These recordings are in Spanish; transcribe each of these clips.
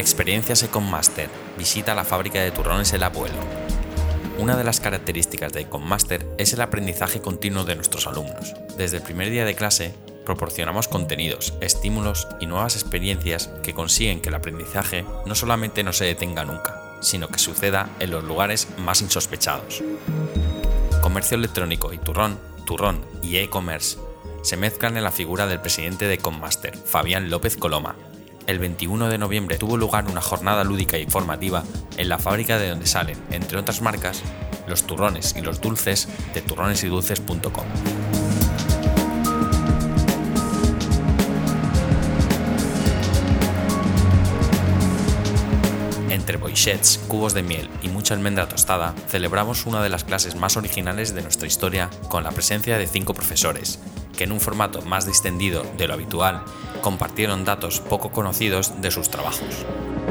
Experiencias Econmaster. Visita la fábrica de turrones El Abuelo. Una de las características de Econmaster es el aprendizaje continuo de nuestros alumnos. Desde el primer día de clase, proporcionamos contenidos, estímulos y nuevas experiencias que consiguen que el aprendizaje no solamente no se detenga nunca, sino que suceda en los lugares más insospechados. Comercio electrónico y turrón y e-commerce se mezclan en la figura del presidente de Econmaster, Fabián López Coloma. El 21 de noviembre tuvo lugar una jornada lúdica y formativa en la fábrica de donde salen, entre otras marcas, los turrones y los dulces de turronesyDulces.com. Entre boixets, cubos de miel y mucha almendra tostada, celebramos una de las clases más originales de nuestra historia con la presencia de 5 profesores, que en un formato más distendido de lo habitual, compartieron datos poco conocidos de sus trabajos.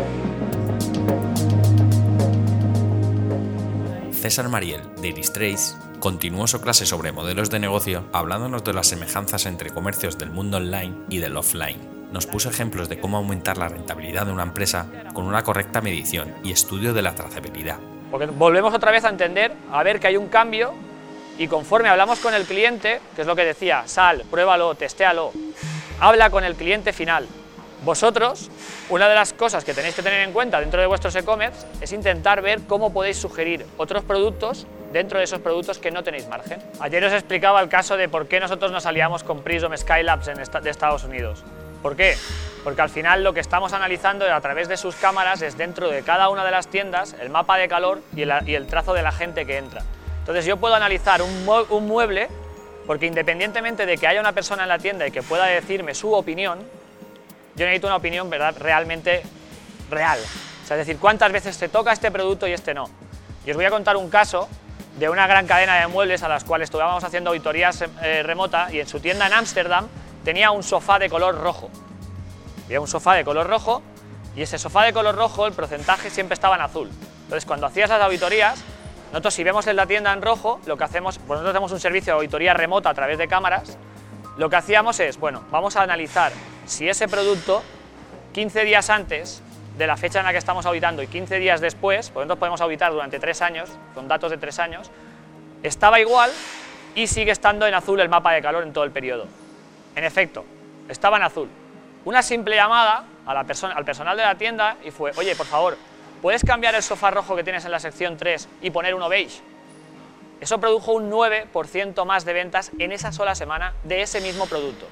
César Mariel, de Ilistrace, continuó su clase sobre modelos de negocio hablándonos de las semejanzas entre comercios del mundo online y del offline. Nos puso ejemplos de cómo aumentar la rentabilidad de una empresa con una correcta medición y estudio de la trazabilidad. Porque volvemos otra vez a entender, a ver que hay un cambio y conforme hablamos con el cliente, que es lo que decía, sal, pruébalo, testéalo, habla con el cliente final. Vosotros, una de las cosas que tenéis que tener en cuenta dentro de vuestros e-commerce es intentar ver cómo podéis sugerir otros productos dentro de esos productos que no tenéis margen. Ayer os explicaba el caso de por qué nosotros nos aliamos con Prism Skylabs de Estados Unidos. ¿Por qué? Porque al final lo que estamos analizando a través de sus cámaras es dentro de cada una de las tiendas el mapa de calor y el trazo de la gente que entra. Entonces yo puedo analizar un mueble porque independientemente de que haya una persona en la tienda y que pueda decirme su opinión, yo necesito una opinión, ¿verdad?, realmente real. O sea, es decir, cuántas veces te toca este producto y este no. Y os voy a contar un caso de una gran cadena de muebles a las cuales estábamos haciendo auditorías remota y en su tienda en Ámsterdam tenía un sofá de color rojo. Había un sofá de color rojo y ese sofá de color rojo, el porcentaje siempre estaba en azul. Entonces, cuando hacías las auditorías, nosotros si vemos en la tienda en rojo, lo que hacemos, pues nosotros hacemos un servicio de auditoría remota a través de cámaras, lo que hacíamos es, bueno, vamos a analizar si ese producto, 15 días antes de la fecha en la que estamos auditando y 15 días después, porque nosotros podemos auditar durante 3 años, con datos de 3 años, estaba igual y sigue estando en azul el mapa de calor en todo el periodo. En efecto, estaba en azul. Una simple llamada al personal de la tienda y fue, oye, por favor, ¿puedes cambiar el sofá rojo que tienes en la sección 3 y poner uno beige? Eso produjo un 9% más de ventas en esa sola semana de ese mismo producto.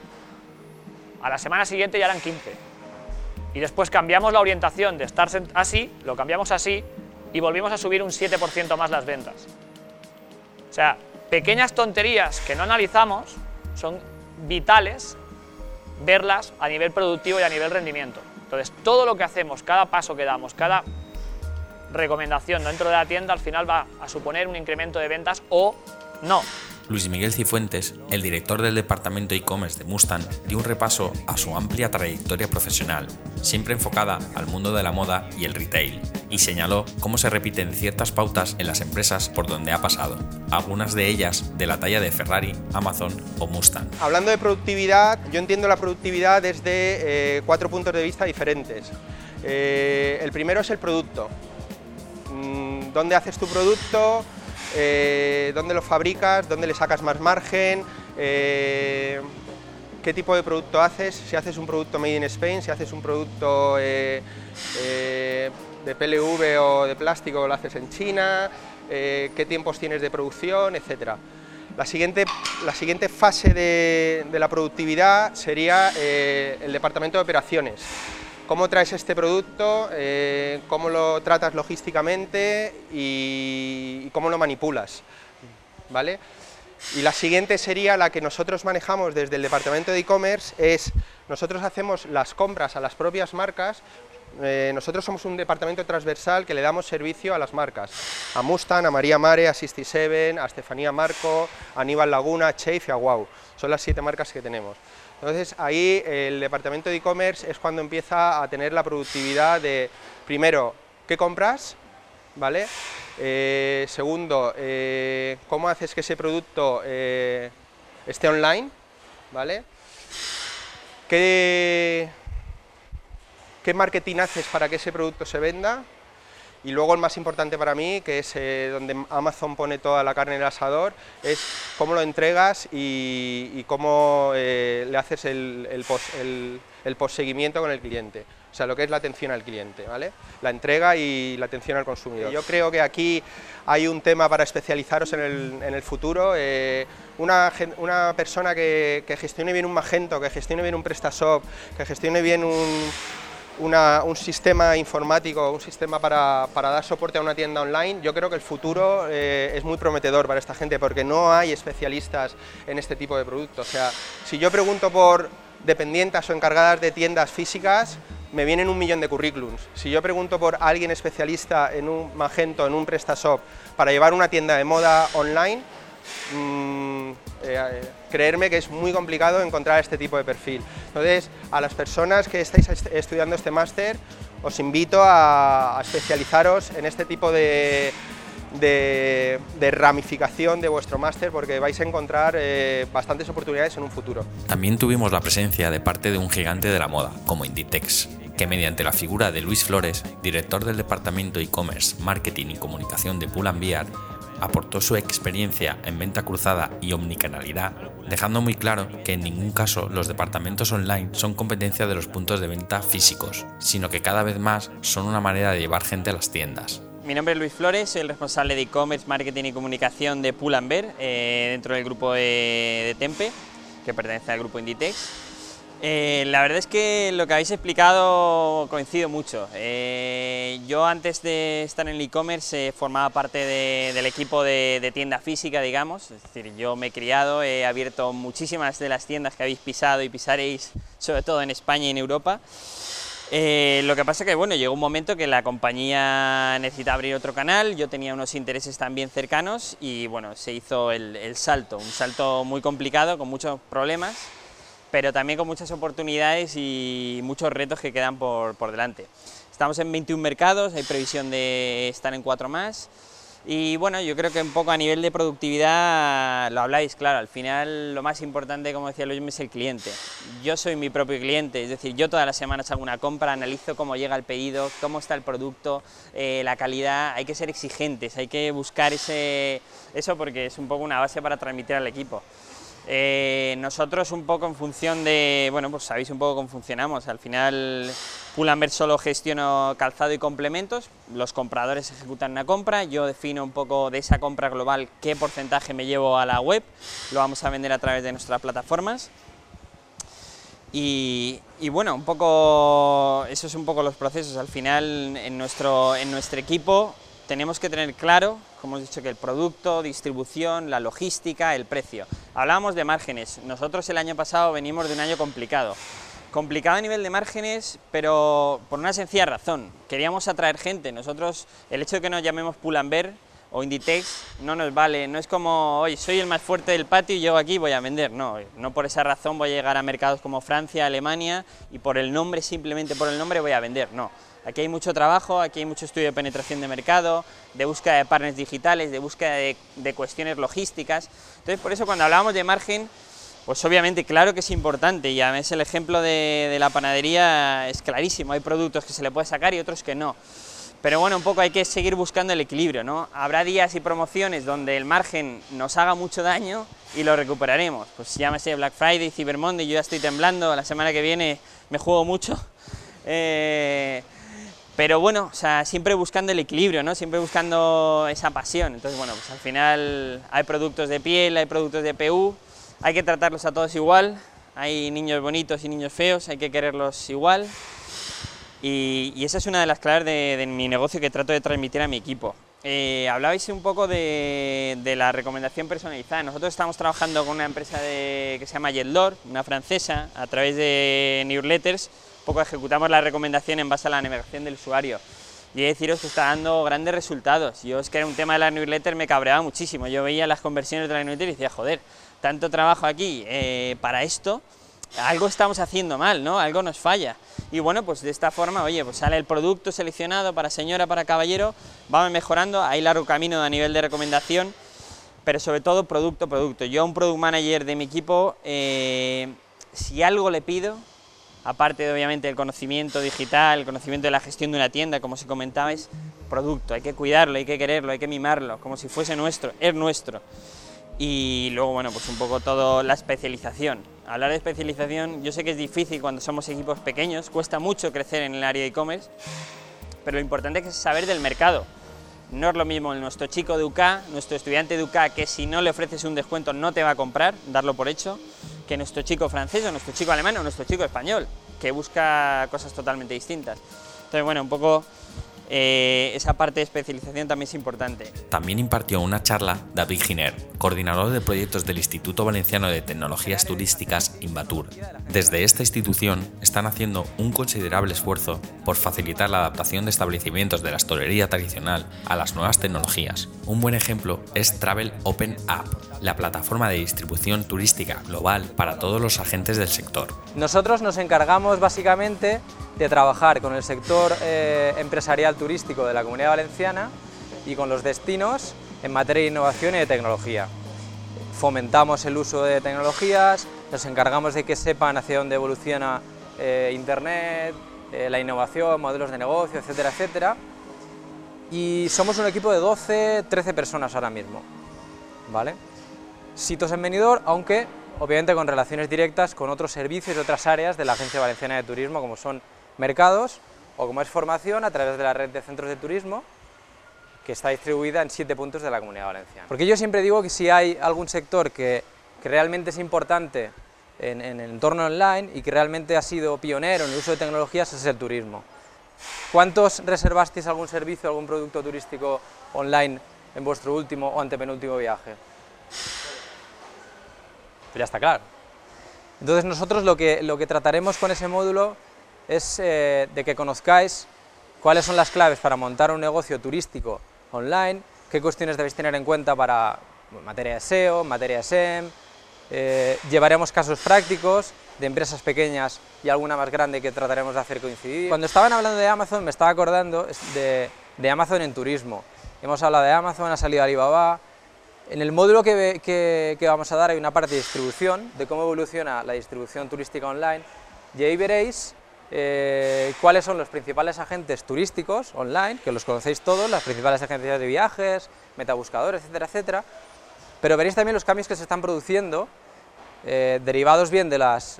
A la semana siguiente ya eran 15. Y después cambiamos la orientación de estar así, lo cambiamos así y volvimos a subir un 7% más las ventas. O sea, pequeñas tonterías que no analizamos son vitales verlas a nivel productivo y a nivel rendimiento. Entonces, todo lo que hacemos, cada paso que damos, cada recomendación dentro de la tienda, al final va a suponer un incremento de ventas o no. Luis Miguel Cifuentes, el director del departamento e-commerce de Mustang, dio un repaso a su amplia trayectoria profesional, siempre enfocada al mundo de la moda y el retail, y señaló cómo se repiten ciertas pautas en las empresas por donde ha pasado, algunas de ellas de la talla de Ferrari, Amazon o Mustang. Hablando de productividad, yo entiendo la productividad desde 4 puntos de vista diferentes. El primero es el producto. ¿Dónde haces tu producto? ¿Dónde lo fabricas? ¿Dónde le sacas más margen? ¿Qué tipo de producto haces? Si haces un producto made in Spain, si haces un producto de PLV o de plástico, lo haces en China, qué tiempos tienes de producción, etcétera. La siguiente fase de la productividad sería el departamento de operaciones. ¿Cómo traes este producto? ¿Cómo lo tratas logísticamente? Y cómo lo manipulas, ¿vale? Y la siguiente sería la que nosotros manejamos desde el departamento de e-commerce, es nosotros hacemos las compras a las propias marcas. Nosotros somos un departamento transversal que le damos servicio a las marcas, a Mustang, a María Mare, a 67, a Estefanía Marco, a Aníbal Laguna, a Chafe y a Wow. Son las 7 marcas que tenemos. Entonces ahí el departamento de e-commerce es cuando empieza a tener la productividad de, primero, ¿qué compras? ¿Vale? Segundo, ¿cómo haces que ese producto esté online? ¿Vale? ¿Qué qué marketing haces para que ese producto se venda. Y luego el más importante para mí, que es donde Amazon pone toda la carne en el asador, es cómo lo entregas y cómo le haces el postseguimiento con el cliente. O sea, lo que es la atención al cliente, ¿vale? La entrega y la atención al consumidor. Yo creo que aquí hay un tema para especializaros en el futuro. Una persona que gestione bien un Magento, que gestione bien un PrestaShop, que gestione bien un sistema informático, un sistema para dar soporte a una tienda online, yo creo que el futuro es muy prometedor para esta gente, porque no hay especialistas en este tipo de productos. O sea, si yo pregunto por dependientes o encargadas de tiendas físicas, me vienen 1 millón de currículums. Si yo pregunto por alguien especialista en un Magento, en un PrestaShop, para llevar una tienda de moda online, creerme que es muy complicado encontrar este tipo de perfil. Entonces, a las personas que estáis estudiando este máster, os invito a especializaros en este tipo de ramificación de vuestro máster, porque vais a encontrar bastantes oportunidades en un futuro. También tuvimos la presencia de parte de un gigante de la moda, como Inditex, que mediante la figura de Luis Flores, director del departamento e-commerce, marketing y comunicación de Pull&Bear, aportó su experiencia en venta cruzada y omnicanalidad, dejando muy claro que en ningún caso los departamentos online son competencia de los puntos de venta físicos, sino que cada vez más son una manera de llevar gente a las tiendas. Mi nombre es Luis Flores, soy el responsable de e-commerce, marketing y comunicación de Pull&Bear, dentro del grupo de Tempe, que pertenece al grupo Inditex. La verdad es que lo que habéis explicado coincido mucho. Yo antes de estar en el e-commerce formaba parte del equipo de tienda física, digamos, es decir, yo me he criado, he abierto muchísimas de las tiendas que habéis pisado y pisaréis, sobre todo en España y en Europa. Lo que pasa es que bueno, llegó un momento que la compañía necesitaba abrir otro canal, yo tenía unos intereses también cercanos y bueno, se hizo el salto, un salto muy complicado, con muchos problemas, pero también con muchas oportunidades y muchos retos que quedan por delante. Estamos en 21 mercados, hay previsión de estar en 4 más. Y bueno, yo creo que un poco a nivel de productividad, lo habláis, claro, al final lo más importante, como decía Luis, es el cliente. Yo soy mi propio cliente, es decir, yo todas las semanas hago una compra, analizo cómo llega el pedido, cómo está el producto, la calidad, hay que ser exigentes, hay que buscar eso porque es un poco una base para transmitir al equipo. Nosotros un poco en función de, bueno, pues sabéis un poco cómo funcionamos, al final Pull&Bear solo gestiono calzado y complementos, los compradores ejecutan una compra, yo defino un poco de esa compra global qué porcentaje me llevo a la web, lo vamos a vender a través de nuestras plataformas y bueno, un poco, eso es un poco los procesos, al final en nuestro equipo tenemos que tener claro, como hemos dicho, que el producto, distribución, la logística, el precio. Hablábamos de márgenes, nosotros el año pasado venimos de un año complicado a nivel de márgenes, pero por una sencilla razón, queríamos atraer gente. Nosotros, el hecho de que nos llamemos Pull&Bear o Inditex no nos vale, no es como, oye, soy el más fuerte del patio y llego aquí y voy a vender, no por esa razón voy a llegar a mercados como Francia, Alemania y por el nombre, simplemente por el nombre voy a vender, no. Aquí hay mucho trabajo, aquí hay mucho estudio de penetración de mercado, de búsqueda de partners digitales, de búsqueda de cuestiones logísticas. Entonces, por eso cuando hablábamos de margen, pues obviamente claro que es importante y además el ejemplo de la panadería es clarísimo, hay productos que se le puede sacar y otros que no. Pero bueno, un poco hay que seguir buscando el equilibrio, ¿no? Habrá días y promociones donde el margen nos haga mucho daño y lo recuperaremos. Pues llámese Black Friday, Cyber Monday, yo ya estoy temblando, la semana que viene me juego mucho. Pero bueno, o sea, siempre buscando el equilibrio, ¿no? Siempre buscando esa pasión. Entonces, bueno, pues al final hay productos de piel, hay productos de PU, hay que tratarlos a todos igual, hay niños bonitos y niños feos, hay que quererlos igual. Y esa es una de las claves de mi negocio que trato de transmitir a mi equipo. Hablabais un poco de la recomendación personalizada. Nosotros estamos trabajando con una empresa que se llama Jetlore, una francesa, a través de newsletters. Un poco ejecutamos la recomendación en base a la navegación del usuario. Y he de deciros que está dando grandes resultados. Yo es que era un tema de la newsletter, me cabreaba muchísimo. Yo veía las conversiones de la newsletter y decía, joder, tanto trabajo aquí para esto, algo estamos haciendo mal, ¿no? Algo nos falla. Y bueno, pues de esta forma, oye, pues sale el producto seleccionado para señora, para caballero, vamos mejorando, hay largo camino a nivel de recomendación, pero sobre todo producto. Yo a un product manager de mi equipo, si algo le pido, aparte de obviamente el conocimiento digital, el conocimiento de la gestión de una tienda, como se comentaba, es producto, hay que cuidarlo, hay que quererlo, hay que mimarlo, como si fuese nuestro, es nuestro. Y luego, bueno, pues un poco todo la especialización. Hablar de especialización, yo sé que es difícil cuando somos equipos pequeños, cuesta mucho crecer en el área de e-commerce, pero lo importante es saber del mercado. No es lo mismo nuestro chico de UK, nuestro estudiante de UK, que si no le ofreces un descuento no te va a comprar, darlo por hecho, que nuestro chico francés o nuestro chico alemán o nuestro chico español, que busca cosas totalmente distintas. Entonces, bueno, un poco esa parte de especialización también es importante. También impartió una charla David Giner, coordinador de proyectos del Instituto Valenciano de Tecnologías Turísticas, Invatur. Desde esta institución están haciendo un considerable esfuerzo por facilitar la adaptación de establecimientos de la hostelería tradicional a las nuevas tecnologías. Un buen ejemplo es Travel Open App, la plataforma de distribución turística global para todos los agentes del sector. Nosotros nos encargamos básicamente de trabajar con el sector empresarial turístico de la Comunidad Valenciana y con los destinos en materia de innovación y de tecnología. Fomentamos el uso de tecnologías, nos encargamos de que sepan hacia dónde evoluciona Internet, la innovación, modelos de negocio, etcétera, etcétera. Y somos un equipo de 12, 13 personas ahora mismo, ¿vale? Sitos en Benidorm, aunque obviamente con relaciones directas con otros servicios y otras áreas de la Agencia Valenciana de Turismo, como son mercados o como es formación a través de la red de centros de turismo, que está distribuida en 7 puntos de la Comunidad Valenciana. Porque yo siempre digo que si hay algún sector que realmente es importante en el entorno online y que realmente ha sido pionero en el uso de tecnologías, es el turismo. ¿Cuántos reservasteis algún servicio, algún producto turístico online en vuestro último o antepenúltimo viaje? Pues ya está claro. Entonces nosotros lo que trataremos con ese módulo es de que conozcáis cuáles son las claves para montar un negocio turístico online, qué cuestiones debéis tener en cuenta para materia de SEO, materia de SEM, llevaremos casos prácticos de empresas pequeñas y alguna más grande que trataremos de hacer coincidir. Cuando estaban hablando de Amazon me estaba acordando de Amazon en turismo. Hemos hablado de Amazon, ha salido Alibaba. En el módulo que vamos a dar hay una parte de distribución, de cómo evoluciona la distribución turística online, y ahí veréis cuáles son los principales agentes turísticos online, que los conocéis todos, las principales agencias de viajes, metabuscadores, etcétera, etcétera, pero veréis también los cambios que se están produciendo, derivados bien de las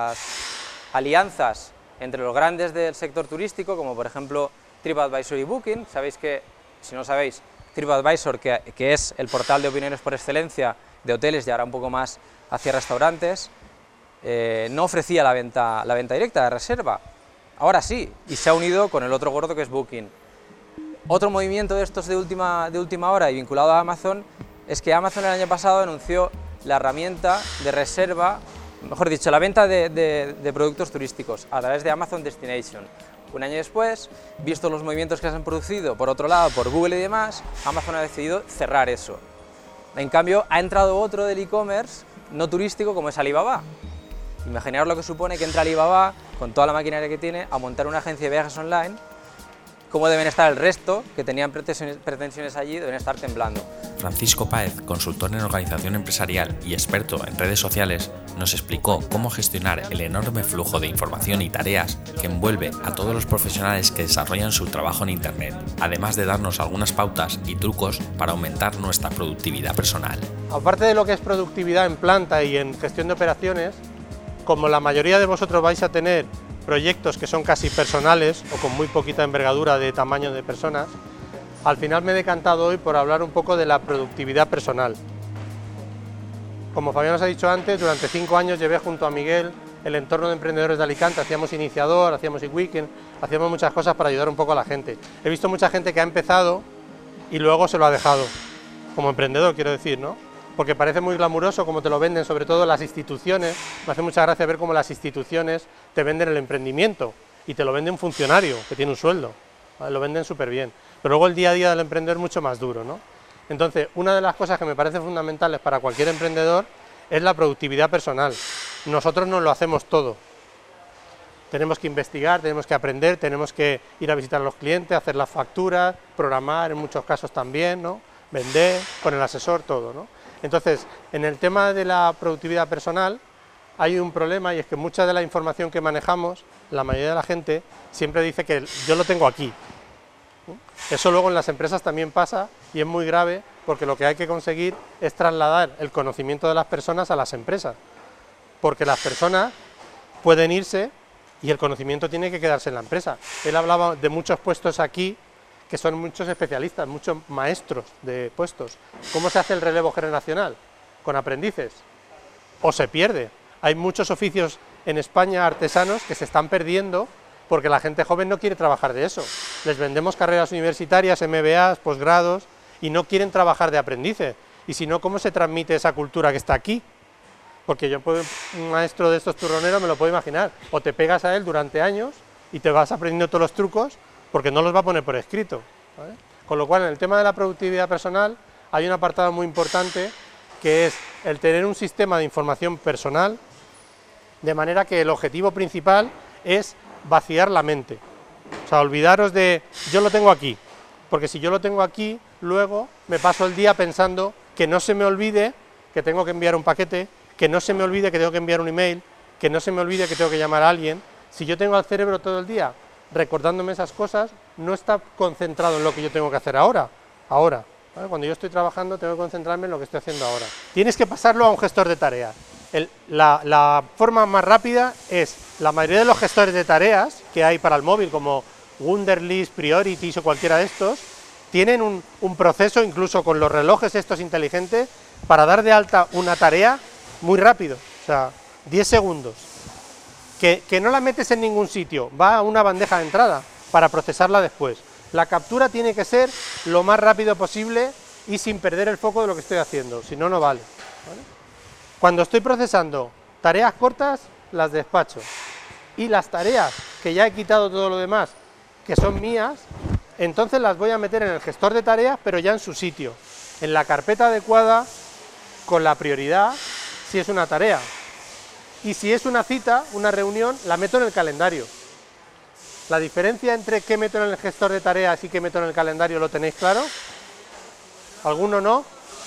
alianzas entre los grandes del sector turístico, como por ejemplo TripAdvisor y Booking. Sabéis que, si no sabéis, TripAdvisor, que es el portal de opiniones por excelencia de hoteles y ahora un poco más hacia restaurantes, no ofrecía la venta directa de reserva, ahora sí, y se ha unido con el otro gordo que es Booking. Otro movimiento de estos de última hora y vinculado a Amazon es que Amazon el año pasado anunció la herramienta de reserva, mejor dicho, la venta de productos turísticos a través de Amazon Destination. Un año después, visto los movimientos que se han producido, por otro lado, por Google y demás, Amazon ha decidido cerrar eso. En cambio, ha entrado otro del e-commerce no turístico como es Alibaba. Imaginaos lo que supone que entra Alibaba, con toda la maquinaria que tiene, a montar una agencia de viajes online. Cómo deben estar el resto, que tenían pretensiones allí, deben estar temblando. Francisco Páez, consultor en organización empresarial y experto en redes sociales, nos explicó cómo gestionar el enorme flujo de información y tareas que envuelve a todos los profesionales que desarrollan su trabajo en Internet, además de darnos algunas pautas y trucos para aumentar nuestra productividad personal. Aparte de lo que es productividad en planta y en gestión de operaciones, como la mayoría de vosotros vais a tener proyectos que son casi personales o con muy poquita envergadura de tamaño de personas, al final me he decantado hoy por hablar un poco de la productividad personal. Como Fabián os ha dicho antes, durante 5 años llevé junto a Miguel el entorno de emprendedores de Alicante, hacíamos iniciador, hacíamos e-weekend, hacíamos muchas cosas para ayudar un poco a la gente. He visto mucha gente que ha empezado y luego se lo ha dejado, como emprendedor quiero decir, ¿no? Porque parece muy glamuroso como te lo venden, sobre todo las instituciones. Me hace mucha gracia ver cómo las instituciones te venden el emprendimiento y te lo vende un funcionario que tiene un sueldo, ¿vale? Lo venden súper bien, pero luego el día a día del emprendedor es mucho más duro, ¿no? Entonces, una de las cosas que me parecen fundamentales para cualquier emprendedor es la productividad personal. Nosotros nos lo hacemos todo. Tenemos que investigar, tenemos que aprender, tenemos que ir a visitar a los clientes, hacer las facturas, programar en muchos casos también, ¿no? Vender, con el asesor, todo, ¿no? Entonces, en el tema de la productividad personal, hay un problema, y es que mucha de la información que manejamos, la mayoría de la gente siempre dice que yo lo tengo aquí. Eso luego en las empresas también pasa y es muy grave, porque lo que hay que conseguir es trasladar el conocimiento de las personas a las empresas, porque las personas pueden irse y el conocimiento tiene que quedarse en la empresa. Él hablaba de muchos puestos aquí que son muchos especialistas, muchos maestros de puestos. ¿Cómo se hace el relevo generacional? Con aprendices. O se pierde. Hay muchos oficios en España artesanos que se están perdiendo porque la gente joven no quiere trabajar de eso. Les vendemos carreras universitarias, MBAs, posgrados, y no quieren trabajar de aprendices. Y si no, ¿cómo se transmite esa cultura que está aquí? Porque yo, un maestro de estos turroneros, me lo puedo imaginar. O te pegas a él durante años y te vas aprendiendo todos los trucos porque no los va a poner por escrito, ¿vale? Con lo cual, en el tema de la productividad personal, hay un apartado muy importante que es el tener un sistema de información personal, de manera que el objetivo principal es vaciar la mente. O sea, olvidaros de yo lo tengo aquí, porque si yo lo tengo aquí, luego me paso el día pensando que no se me olvide que tengo que enviar un paquete, que no se me olvide que tengo que enviar un email, que no se me olvide que tengo que llamar a alguien. Si yo tengo al cerebro todo el día recordándome esas cosas, no está concentrado en lo que yo tengo que hacer ahora. ¿Vale? Cuando yo estoy trabajando tengo que concentrarme en lo que estoy haciendo ahora. Tienes que pasarlo a un gestor de tareas. La forma más rápida es, la mayoría de los gestores de tareas que hay para el móvil, como Wunderlist, Priorities o cualquiera de estos, tienen un proceso, incluso con los relojes estos inteligentes, para dar de alta una tarea muy rápido, o sea, 10 segundos. Que no la metes en ningún sitio, va a una bandeja de entrada para procesarla después. La captura tiene que ser lo más rápido posible y sin perder el foco de lo que estoy haciendo, si no, no vale, ¿vale? Cuando estoy procesando tareas cortas, las despacho. Y las tareas que ya he quitado todo lo demás, que son mías, entonces las voy a meter en el gestor de tareas, pero ya en su sitio, en la carpeta adecuada, con la prioridad, si es una tarea. Y si es una cita, una reunión, la meto en el calendario. La diferencia entre qué meto en el gestor de tareas y qué meto en el calendario, ¿lo tenéis claro? ¿Alguno no?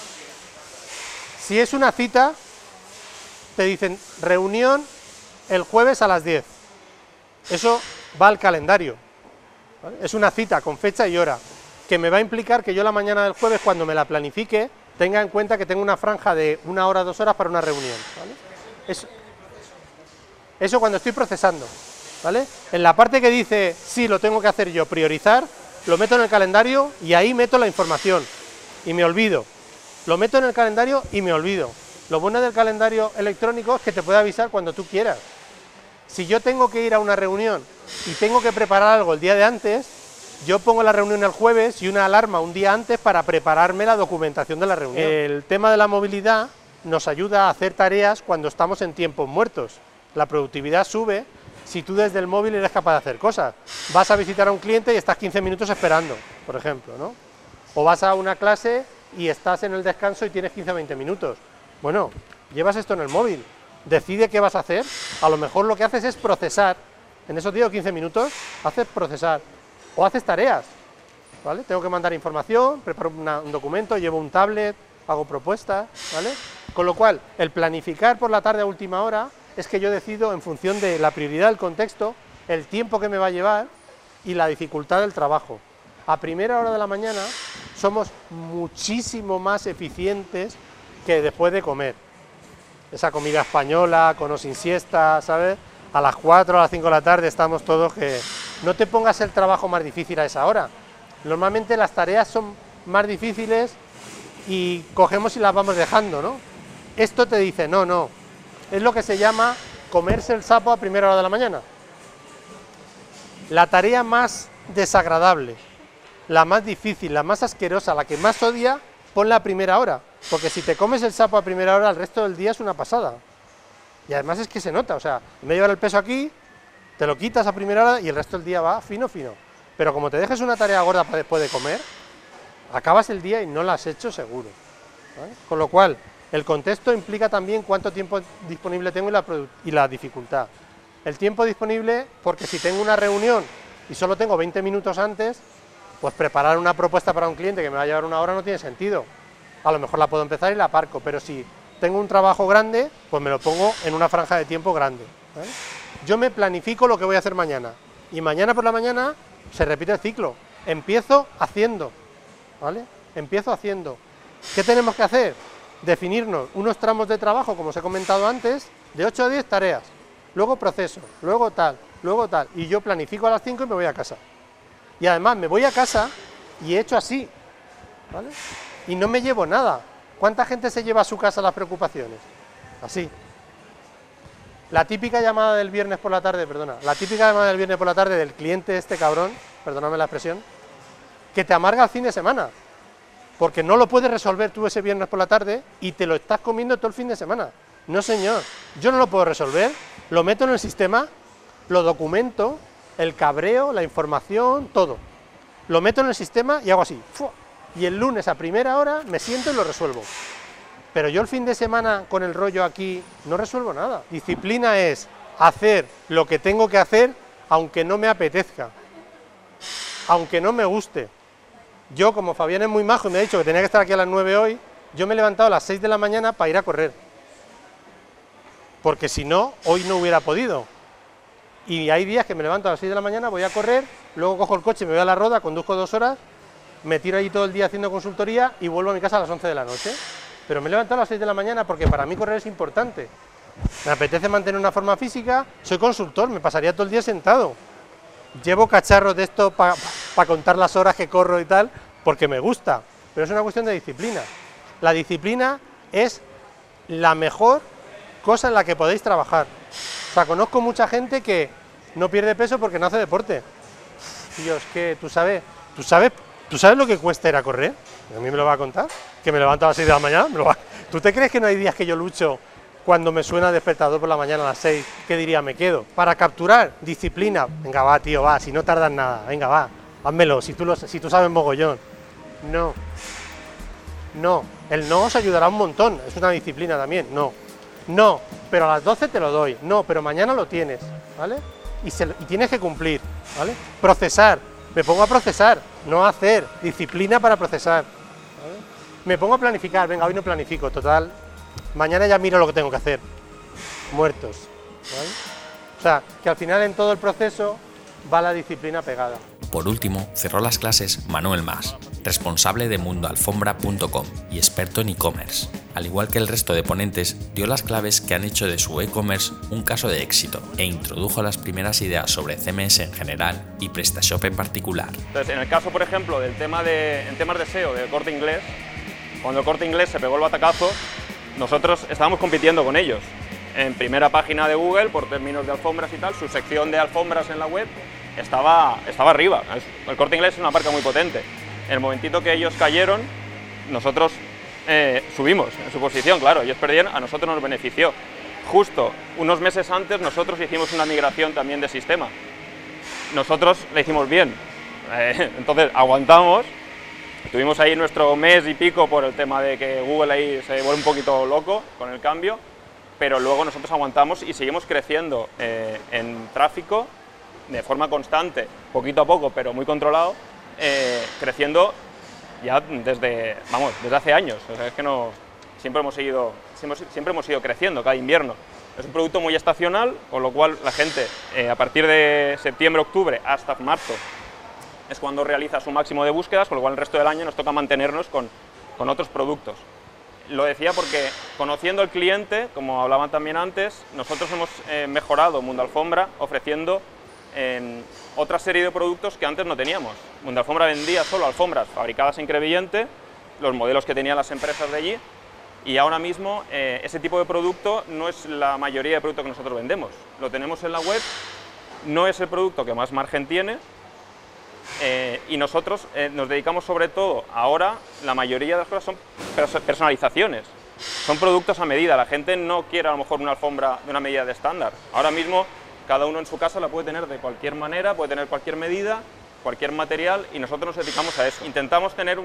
Si es una cita, te dicen reunión el jueves a las 10. Eso va al calendario, ¿vale? Es una cita con fecha y hora, que me va a implicar que yo la mañana del jueves, cuando me la planifique, tenga en cuenta que tengo una franja de 1 hora, 2 horas para una reunión, ¿vale? Eso cuando estoy procesando, ¿vale? En la parte que dice, sí, lo tengo que hacer yo, priorizar, lo meto en el calendario y ahí meto la información y me olvido. Lo meto en el calendario y me olvido. Lo bueno del calendario electrónico es que te puede avisar cuando tú quieras. Si yo tengo que ir a una reunión y tengo que preparar algo el día de antes, yo pongo la reunión el jueves y una alarma un día antes para prepararme la documentación de la reunión. El tema de la movilidad nos ayuda a hacer tareas cuando estamos en tiempos muertos. La productividad sube si tú desde el móvil eres capaz de hacer cosas. Vas a visitar a un cliente y estás 15 minutos esperando, por ejemplo, ¿no? O vas a una clase y estás en el descanso y tienes 15 o 20 minutos. Bueno, llevas esto en el móvil, decide qué vas a hacer, a lo mejor lo que haces es procesar. En esos 10 o 15 minutos haces procesar o haces tareas, ¿vale? Tengo que mandar información, preparo un documento, llevo un tablet, hago propuestas, ¿vale? Con lo cual, el planificar por la tarde a última hora es que yo decido, en función de la prioridad del contexto, el tiempo que me va a llevar y la dificultad del trabajo. A primera hora de la mañana somos muchísimo más eficientes que después de comer. Esa comida española, con o sin siesta, ¿sabes? A las 4, a las 5 de la tarde estamos todos que... No te pongas el trabajo más difícil a esa hora. Normalmente las tareas son más difíciles y cogemos y las vamos dejando, ¿no? Esto te dice, no, no. Es lo que se llama comerse el sapo a primera hora de la mañana. La tarea más desagradable, la más difícil, la más asquerosa, la que más odia, ponla a primera hora. Porque si te comes el sapo a primera hora, el resto del día es una pasada. Y además es que se nota, o sea, en vez de llevar el peso aquí, te lo quitas a primera hora y el resto del día va fino, fino. Pero como te dejes una tarea gorda para después de comer, acabas el día y no la has hecho seguro, ¿vale? Con lo cual, el contexto implica también cuánto tiempo disponible tengo y la dificultad. El tiempo disponible, porque si tengo una reunión y solo tengo 20 minutos antes, pues preparar una propuesta para un cliente que me va a llevar 1 hora no tiene sentido. A lo mejor la puedo empezar y la aparco, pero si tengo un trabajo grande, pues me lo pongo en una franja de tiempo grande, ¿vale? Yo me planifico lo que voy a hacer mañana, y mañana por la mañana se repite el ciclo, empiezo haciendo, ¿vale? Empiezo haciendo. ¿Qué tenemos que hacer? Definirnos unos tramos de trabajo, como os he comentado antes, de 8 a 10 tareas, luego proceso, luego tal, y yo planifico a las 5 y me voy a casa. Y además me voy a casa y he hecho así, ¿vale? Y no me llevo nada. ¿Cuánta gente se lleva a su casa las preocupaciones? Así. La típica llamada del viernes por la tarde, la típica llamada del viernes por la tarde del cliente este cabrón, perdóname la expresión, que te amarga el fin de semana, porque no lo puedes resolver tú ese viernes por la tarde y te lo estás comiendo todo el fin de semana. No señor, yo no lo puedo resolver, lo meto en el sistema, lo documento, el cabreo, la información, todo. Lo meto en el sistema y hago así, ¡fua! Y el lunes a primera hora me siento y lo resuelvo. Pero yo el fin de semana con el rollo aquí no resuelvo nada. Disciplina es hacer lo que tengo que hacer aunque no me apetezca, aunque no me guste. Yo, como Fabián es muy majo y me ha dicho que tenía que estar aquí a las 9 hoy, yo me he levantado a las 6 de la mañana para ir a correr. Porque si no, hoy no hubiera podido. Y hay días que me levanto a las 6 de la mañana, voy a correr, luego cojo el coche, me voy a la Roda, conduzco 2 horas, me tiro allí todo el día haciendo consultoría y vuelvo a mi casa a las 11 de la noche. Pero me he levantado a las 6 de la mañana porque para mí correr es importante. Me apetece mantener una forma física, soy consultor, me pasaría todo el día sentado. Llevo cacharros de esto para contar las horas que corro y tal, porque me gusta, pero es una cuestión de disciplina. La disciplina es la mejor cosa en la que podéis trabajar. O sea, conozco mucha gente que no pierde peso porque no hace deporte. Dios, que tú sabes lo que cuesta ir a correr. ¿A mí me lo va a contar? ¿Que me levanto a las 6 de la mañana? ¿Tú te crees que no hay días que yo lucho cuando me suena el despertador por la mañana a las 6? ¿Qué diría? Me quedo. Para capturar disciplina. Venga, va, tío, va, si no tardas nada. Venga, va, házmelo, si tú sabes mogollón. No. No. El no os ayudará un montón. Es una disciplina también. No. No, pero a las 12 te lo doy. No, pero mañana lo tienes, ¿vale? Y tienes que cumplir, ¿vale? Procesar. Me pongo a procesar, no a hacer. Disciplina para procesar, ¿vale? Me pongo a planificar. Venga, hoy no planifico, total. Mañana ya miro lo que tengo que hacer. Muertos, ¿vale? O sea, que al final en todo el proceso va la disciplina pegada. Por último, cerró las clases Manuel Mas, responsable de mundoalfombra.com y experto en e-commerce. Al igual que el resto de ponentes, dio las claves que han hecho de su e-commerce un caso de éxito e introdujo las primeras ideas sobre CMS en general y PrestaShop en particular. Entonces, en el caso, por ejemplo, en temas de SEO del Corte Inglés, cuando el Corte Inglés se pegó el batacazo, nosotros estábamos compitiendo con ellos. En primera página de Google, por términos de alfombras y tal, su sección de alfombras en la web estaba arriba. El Corte Inglés es una marca muy potente. En el momentito que ellos cayeron, nosotros subimos en su posición, claro, ellos perdieron, a nosotros nos benefició. Justo unos meses antes nosotros hicimos una migración también de sistema. Nosotros le hicimos bien, entonces aguantamos, tuvimos ahí nuestro mes y pico por el tema de que Google ahí se vuelve un poquito loco con el cambio, pero luego nosotros aguantamos y seguimos creciendo en tráfico de forma constante, poquito a poco, pero muy controlado, creciendo ya desde hace años. O sea, es que no, siempre hemos ido creciendo cada invierno. Es un producto muy estacional, con lo cual la gente a partir de septiembre, octubre hasta marzo es cuando realiza su máximo de búsquedas, con lo cual el resto del año nos toca mantenernos con otros productos. Lo decía porque, conociendo al cliente, como hablaban también antes, nosotros hemos mejorado Mundo Alfombra ofreciendo otra serie de productos que antes no teníamos. Mundo Alfombra vendía solo alfombras fabricadas en Crevillente, los modelos que tenían las empresas de allí, y ahora mismo ese tipo de producto no es la mayoría de productos que nosotros vendemos. Lo tenemos en la web, no es el producto que más margen tiene, y nosotros nos dedicamos sobre todo, ahora la mayoría de las cosas son personalizaciones, son productos a medida. La gente no quiere a lo mejor una alfombra de una medida de estándar. Ahora mismo cada uno en su casa la puede tener de cualquier manera, puede tener cualquier medida, cualquier material, y nosotros nos dedicamos a eso. Intentamos tener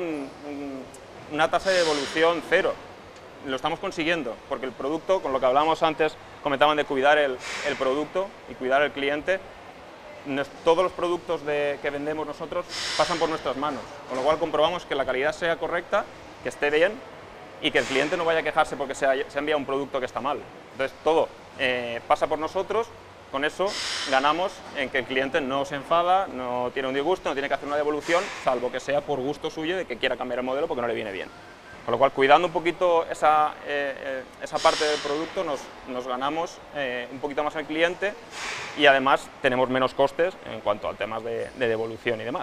una tasa de evolución cero. Lo estamos consiguiendo, porque el producto, con lo que hablábamos antes, comentaban de cuidar el producto y cuidar el cliente. Todos los productos que vendemos nosotros pasan por nuestras manos, con lo cual comprobamos que la calidad sea correcta, que esté bien, y que el cliente no vaya a quejarse porque se ha enviado un producto que está mal. Entonces todo pasa por nosotros, con eso ganamos en que el cliente no se enfada, no tiene un disgusto, no tiene que hacer una devolución, salvo que sea por gusto suyo de que quiera cambiar el modelo porque no le viene bien. Con lo cual, cuidando un poquito esa parte del producto, nos ganamos un poquito más al cliente y además tenemos menos costes en cuanto a temas de devolución y demás.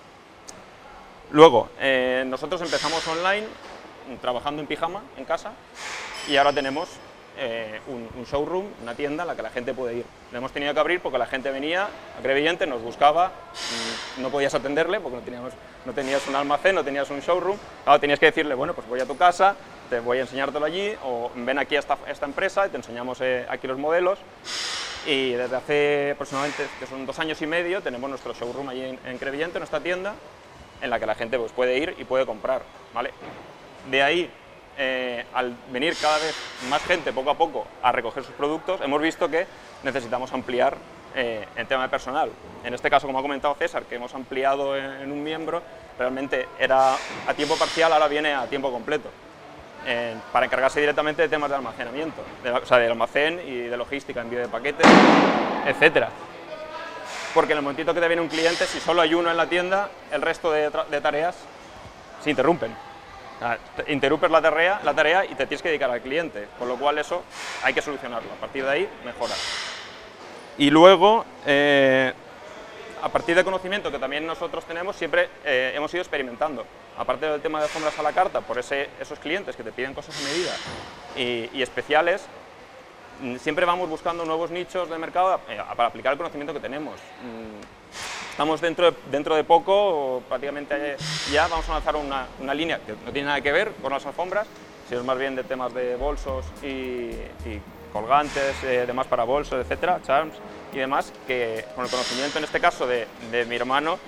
Luego, nosotros empezamos online, trabajando en pijama, en casa, y ahora tenemos un showroom, una tienda en la que la gente puede ir. Lo hemos tenido que abrir porque la gente venía a Crevillente, nos buscaba, no podías atenderle porque no tenías un almacén, no tenías un showroom. Claro, tenías que decirle, bueno, pues voy a tu casa, te voy a enseñártelo allí, o ven aquí a esta empresa y te enseñamos aquí los modelos. Y desde hace aproximadamente, que son 2 años y medio, tenemos nuestro showroom allí en Crevillente, nuestra tienda, en la que la gente pues, puede ir y puede comprar, ¿vale? De ahí, al venir cada vez más gente poco a poco a recoger sus productos, hemos visto que necesitamos ampliar el tema de personal. En este caso, como ha comentado César, que hemos ampliado en un miembro, realmente era a tiempo parcial, ahora viene a tiempo completo, para encargarse directamente de temas de almacenamiento, o sea, del almacén y de logística, envío de paquetes, etcétera. Porque en el momentito que te viene un cliente, si solo hay uno en la tienda, el resto de tareas se interrumpen. Interrumpes la tarea y te tienes que dedicar al cliente, con lo cual eso hay que solucionarlo. A partir de ahí, mejora. Y luego, a partir del conocimiento que también nosotros tenemos, siempre hemos ido experimentando. Aparte del tema de alfombras a la carta, por esos clientes que te piden cosas a medida y especiales, siempre vamos buscando nuevos nichos de mercado para aplicar el conocimiento que tenemos. Estamos dentro de poco, prácticamente ya, vamos a lanzar una línea que no tiene nada que ver con las alfombras, sino más bien de temas de bolsos y colgantes, demás para bolsos, etcétera, charms y demás, que con el conocimiento en este caso de mi hermano,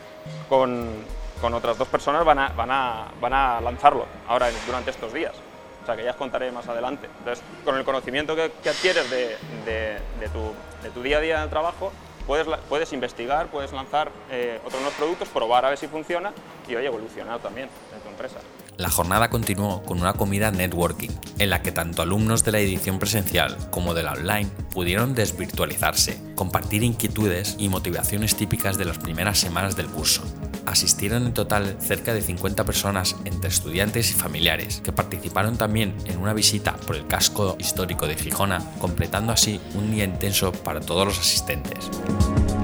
con otras 2 personas van a lanzarlo ahora durante estos días. O sea, que ya os contaré más adelante. Entonces, con el conocimiento que adquieres de tu día a día de trabajo, puedes investigar, puedes lanzar otros nuevos productos, probar a ver si funciona y oye, evolucionar también en tu empresa. La jornada continuó con una comida networking, en la que tanto alumnos de la edición presencial como de la online pudieron desvirtualizarse, compartir inquietudes y motivaciones típicas de las primeras semanas del curso. Asistieron en total cerca de 50 personas entre estudiantes y familiares, que participaron también en una visita por el casco histórico de Gijona, completando así un día intenso para todos los asistentes.